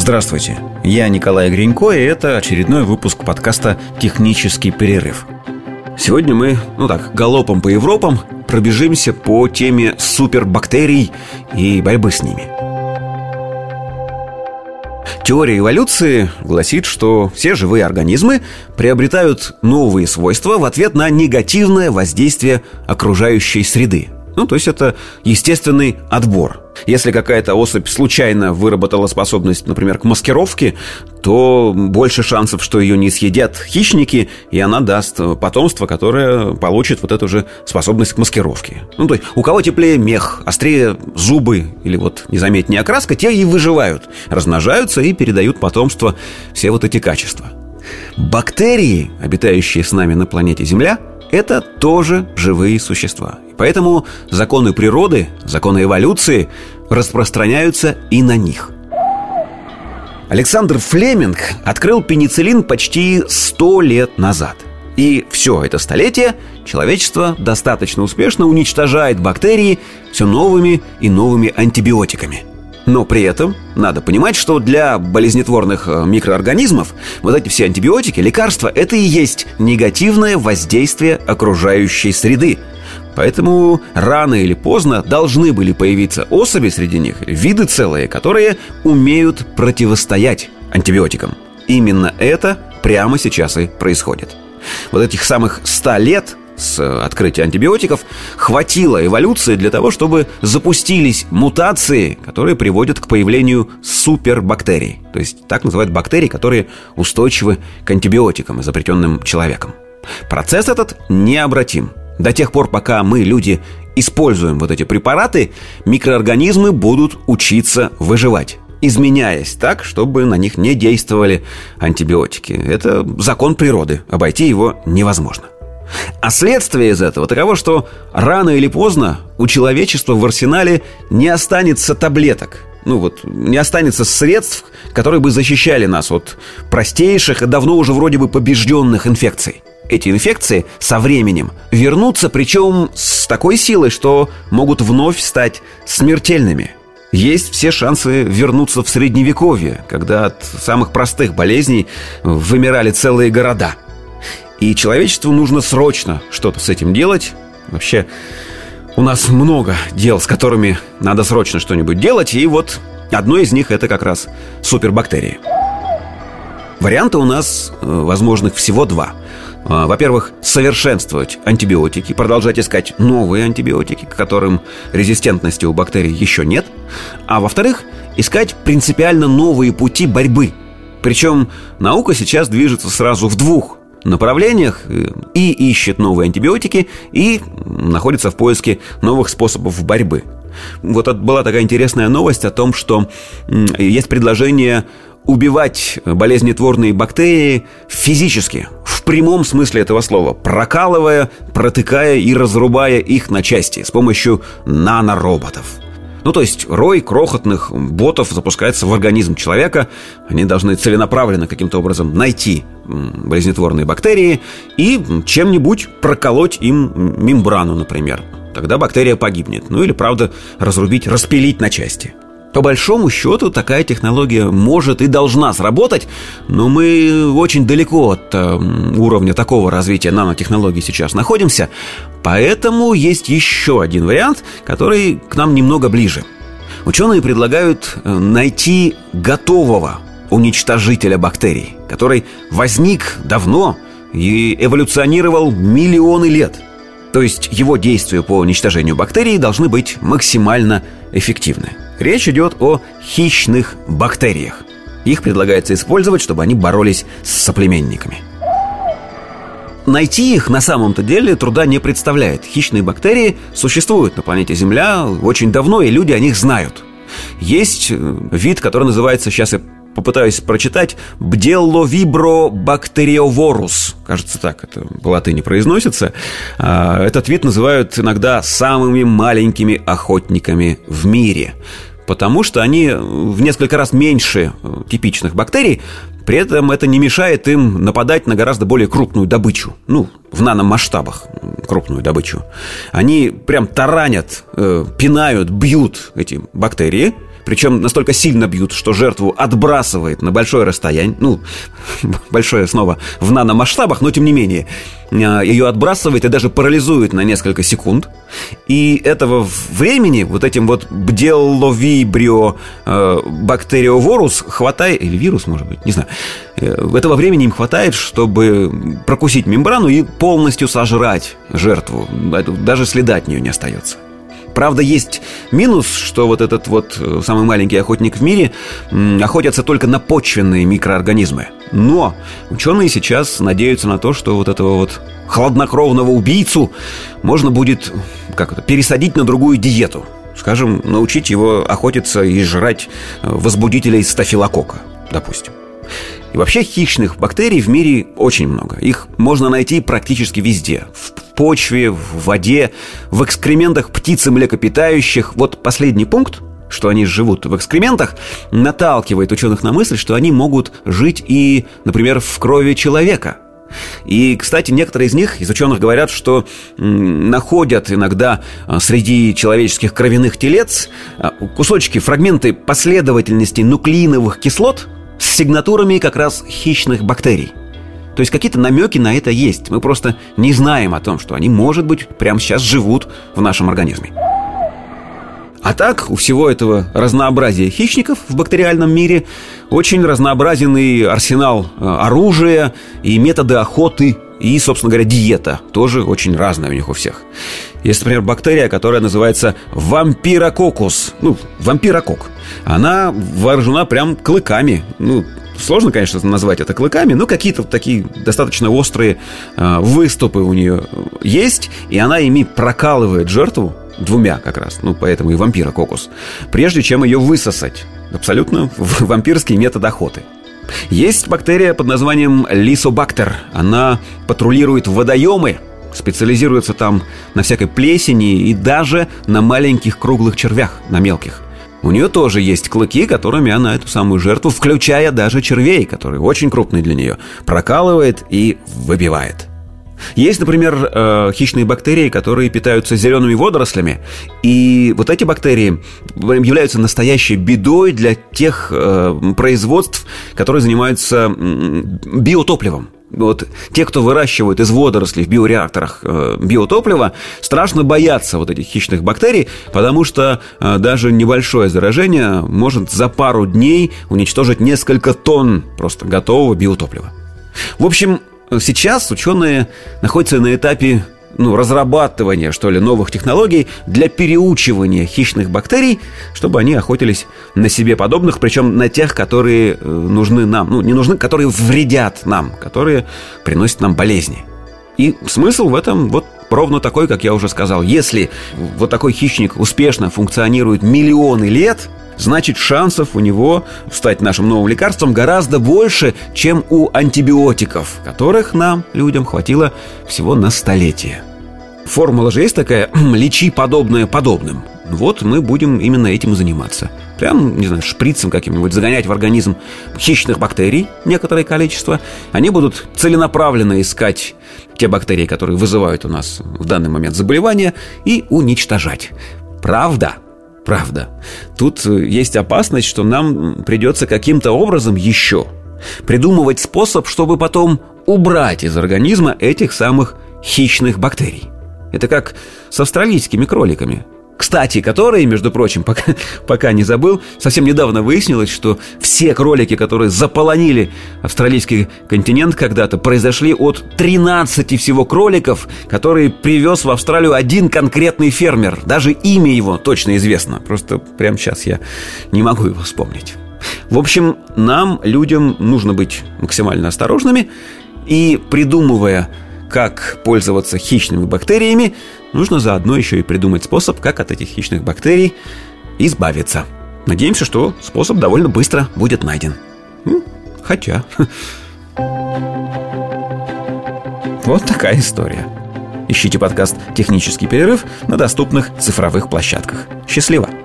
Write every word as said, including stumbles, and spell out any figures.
Здравствуйте, я Николай Гринько, и это очередной выпуск подкаста «Технический перерыв». Сегодня мы, ну так, галопом по Европам пробежимся по теме супербактерий и борьбы с ними. Теория эволюции гласит, что все живые организмы приобретают новые свойства в ответ на негативное воздействие окружающей среды. Ну, то есть это естественный отбор. Если какая-то особь случайно выработала способность, например, к маскировке, то больше шансов, что ее не съедят хищники, и она даст потомство, которое получит вот эту же способность к маскировке. Ну, то есть у кого теплее мех, острее зубы или вот незаметнее окраска, те и выживают, размножаются и передают потомство все вот эти качества. Бактерии, обитающие с нами на планете Земля, это тоже живые существа. Поэтому законы природы, законы эволюции распространяются и на них. Александр Флеминг открыл пенициллин почти сто лет назад. И все это столетие человечество достаточно успешно уничтожает бактерии все новыми и новыми антибиотиками. Но при этом надо понимать, что для болезнетворных микроорганизмов вот эти все антибиотики, лекарства – это и есть негативное воздействие окружающей среды. Поэтому рано или поздно должны были появиться особи среди них, виды целые, которые умеют противостоять антибиотикам. Именно это прямо сейчас и происходит. Вот этих самых ста лет с открытия антибиотиков хватило эволюции для того, чтобы запустились мутации, которые приводят к появлению супербактерий. То есть так называют бактерии, которые устойчивы к антибиотикам, изобретенным человеком. Процесс этот необратим. До тех пор, пока мы, люди, используем вот эти препараты, микроорганизмы будут учиться выживать, изменяясь так, чтобы на них не действовали антибиотики. Это закон природы, обойти его невозможно. А следствие из этого таково, что рано или поздно у человечества в арсенале не останется таблеток. Ну вот, не останется средств, которые бы защищали нас от простейших и давно уже вроде бы побежденных инфекций. Эти инфекции со временем вернутся, причем с такой силой, что могут вновь стать смертельными. Есть все шансы вернуться в Средневековье, когда от самых простых болезней вымирали целые города. И человечеству нужно срочно что-то с этим делать. Вообще, у нас много дел, с которыми надо срочно что-нибудь делать. И вот одно из них – это как раз супербактерии. Варианты у нас возможных всего два. Во-первых, совершенствовать антибиотики, продолжать искать новые антибиотики, к которым резистентности у бактерий еще нет. А во-вторых, искать принципиально новые пути борьбы. Причем наука сейчас движется сразу в двух направлениях: и ищет новые антибиотики, и находится в поиске новых способов борьбы. Вот была такая интересная новость о том, что есть предложение убивать болезнетворные бактерии физически, в прямом смысле этого слова, прокалывая, протыкая и разрубая их на части с помощью нанороботов. Ну, то есть рой крохотных ботов запускается в организм человека. Они должны целенаправленно каким-то образом найти болезнетворные бактерии и чем-нибудь проколоть им мембрану, например. Тогда бактерия погибнет. Ну или, правда, разрубить, распилить на части. По большому счету, такая технология может и должна сработать, но мы очень далеко от э, уровня такого развития нанотехнологий сейчас находимся. Поэтому есть еще один вариант, который к нам немного ближе. Ученые предлагают найти готового уничтожителя бактерий, который возник давно и эволюционировал миллионы лет. То есть его действия по уничтожению бактерий должны быть максимально эффективны. Речь идет о хищных бактериях. Их предлагается использовать, чтобы они боролись с соплеменниками. Найти их на самом-то деле труда не представляет. Хищные бактерии существуют на планете Земля очень давно, и люди о них знают. Есть вид, который называется, сейчас я попытаюсь прочитать, Bdellovibro-bacteriovorus. Кажется, так это по латыни произносится. Этот вид называют иногда самыми маленькими охотниками в мире, потому что они в несколько раз меньше типичных бактерий, При этом это не мешает им нападать на гораздо более крупную добычу. Ну, в наномасштабах крупную добычу. Они прям таранят, э, пинают, бьют эти бактерии. Причем настолько сильно бьют, что жертву отбрасывает на большое расстояние. Ну, большое снова в наномасштабах, но тем не менее. Ее отбрасывает и даже парализует на несколько секунд. И этого времени вот этим вот бделловибрио э, бактериоворус хватает, или вирус, может быть, не знаю. Этого времени им хватает, чтобы прокусить мембрану и полностью сожрать жертву. Даже следа от нее не остается. Правда, есть минус, что вот этот вот самый маленький охотник в мире охотятся только на почвенные микроорганизмы. Но ученые сейчас надеются на то, что вот этого вот хладнокровного убийцу можно будет, как это, пересадить на другую диету. Скажем, научить его охотиться и жрать возбудителей стафилококка, допустим. И вообще хищных бактерий в мире очень много. Их можно найти практически везде. В почве, в воде, в экскрементах птиц и млекопитающих. Вот последний пункт, что они живут в экскрементах, наталкивает ученых на мысль, что они могут жить и, например, в крови человека. И, кстати, некоторые из них, из ученых, говорят, что м, находят иногда а, среди человеческих кровяных телец а, кусочки, фрагменты последовательности нуклеиновых кислот с сигнатурами как раз хищных бактерий. То есть какие-то намеки на это есть. Мы просто не знаем о том, что они, может быть, прямо сейчас живут в нашем организме. А так, у всего этого разнообразия хищников в бактериальном мире очень разнообразенный арсенал оружия и методы охоты. И, собственно говоря, диета тоже очень разная у них у всех. Есть, например, бактерия, которая называется вампирококкус. Ну, вампирокок. Она вооружена прям клыками. Ну, сложно, конечно, назвать это клыками, но какие-то такие достаточно острые э, выступы у нее есть. И она ими прокалывает жертву двумя как раз, ну, поэтому и вампирококкус, прежде чем ее высосать. Абсолютно вампирский метод охоты. Есть бактерия под названием лисобактер. Она патрулирует водоемы, специализируется там на всякой плесени и даже на маленьких круглых червях, на мелких. У нее тоже есть клыки, которыми она эту самую жертву, включая даже червей, которые очень крупные для нее, прокалывает и выбивает. Есть, например, э, хищные бактерии, которые питаются зелеными водорослями. И вот эти бактерии являются настоящей бедой для тех э, производств, которые занимаются э, биотопливом. Вот те, кто выращивают из водорослей в биореакторах э, биотопливо, страшно боятся вот этих хищных бактерий, потому что э, даже небольшое заражение может за пару дней уничтожить несколько тонн просто готового биотоплива. В общем, сейчас ученые находятся на этапе ну, разрабатывания, что ли, новых технологий для переучивания хищных бактерий, чтобы они охотились на себе подобных, причем на тех, которые нужны нам. Ну, не нужны, которые вредят нам, которые приносят нам болезни. И смысл в этом вот ровно такой, как я уже сказал. Если вот такой хищник успешно функционирует миллионы лет, значит, шансов у него стать нашим новым лекарством гораздо больше, чем у антибиотиков, которых нам, людям, хватило всего на столетие. Формула же есть такая: лечи подобное подобным. Вот мы будем именно этим и заниматься. Прям, не знаю, шприцем каким-нибудь загонять в организм хищных бактерий некоторое количество. Они будут целенаправленно искать те бактерии, которые вызывают у нас в данный момент заболевания, и уничтожать. Правда? Правда. Тут есть опасность, что нам придется каким-то образом еще придумывать способ, чтобы потом убрать из организма этих самых хищных бактерий. Это как с австралийскими кроликами. Кстати, которые, между прочим, пока, пока не забыл, совсем недавно выяснилось, что все кролики, которые заполонили австралийский континент когда-то, произошли от тринадцати всего кроликов, которые привез в Австралию один конкретный фермер. Даже имя его точно известно. Просто прямо сейчас я не могу его вспомнить. В общем, нам, людям, нужно быть максимально осторожными. И, придумывая, как пользоваться хищными бактериями, нужно заодно еще и придумать способ, как от этих хищных бактерий избавиться. Надеемся, что способ довольно быстро будет найден. Хотя... Вот такая история. Ищите подкаст «Технический перерыв» на доступных цифровых площадках. Счастливо!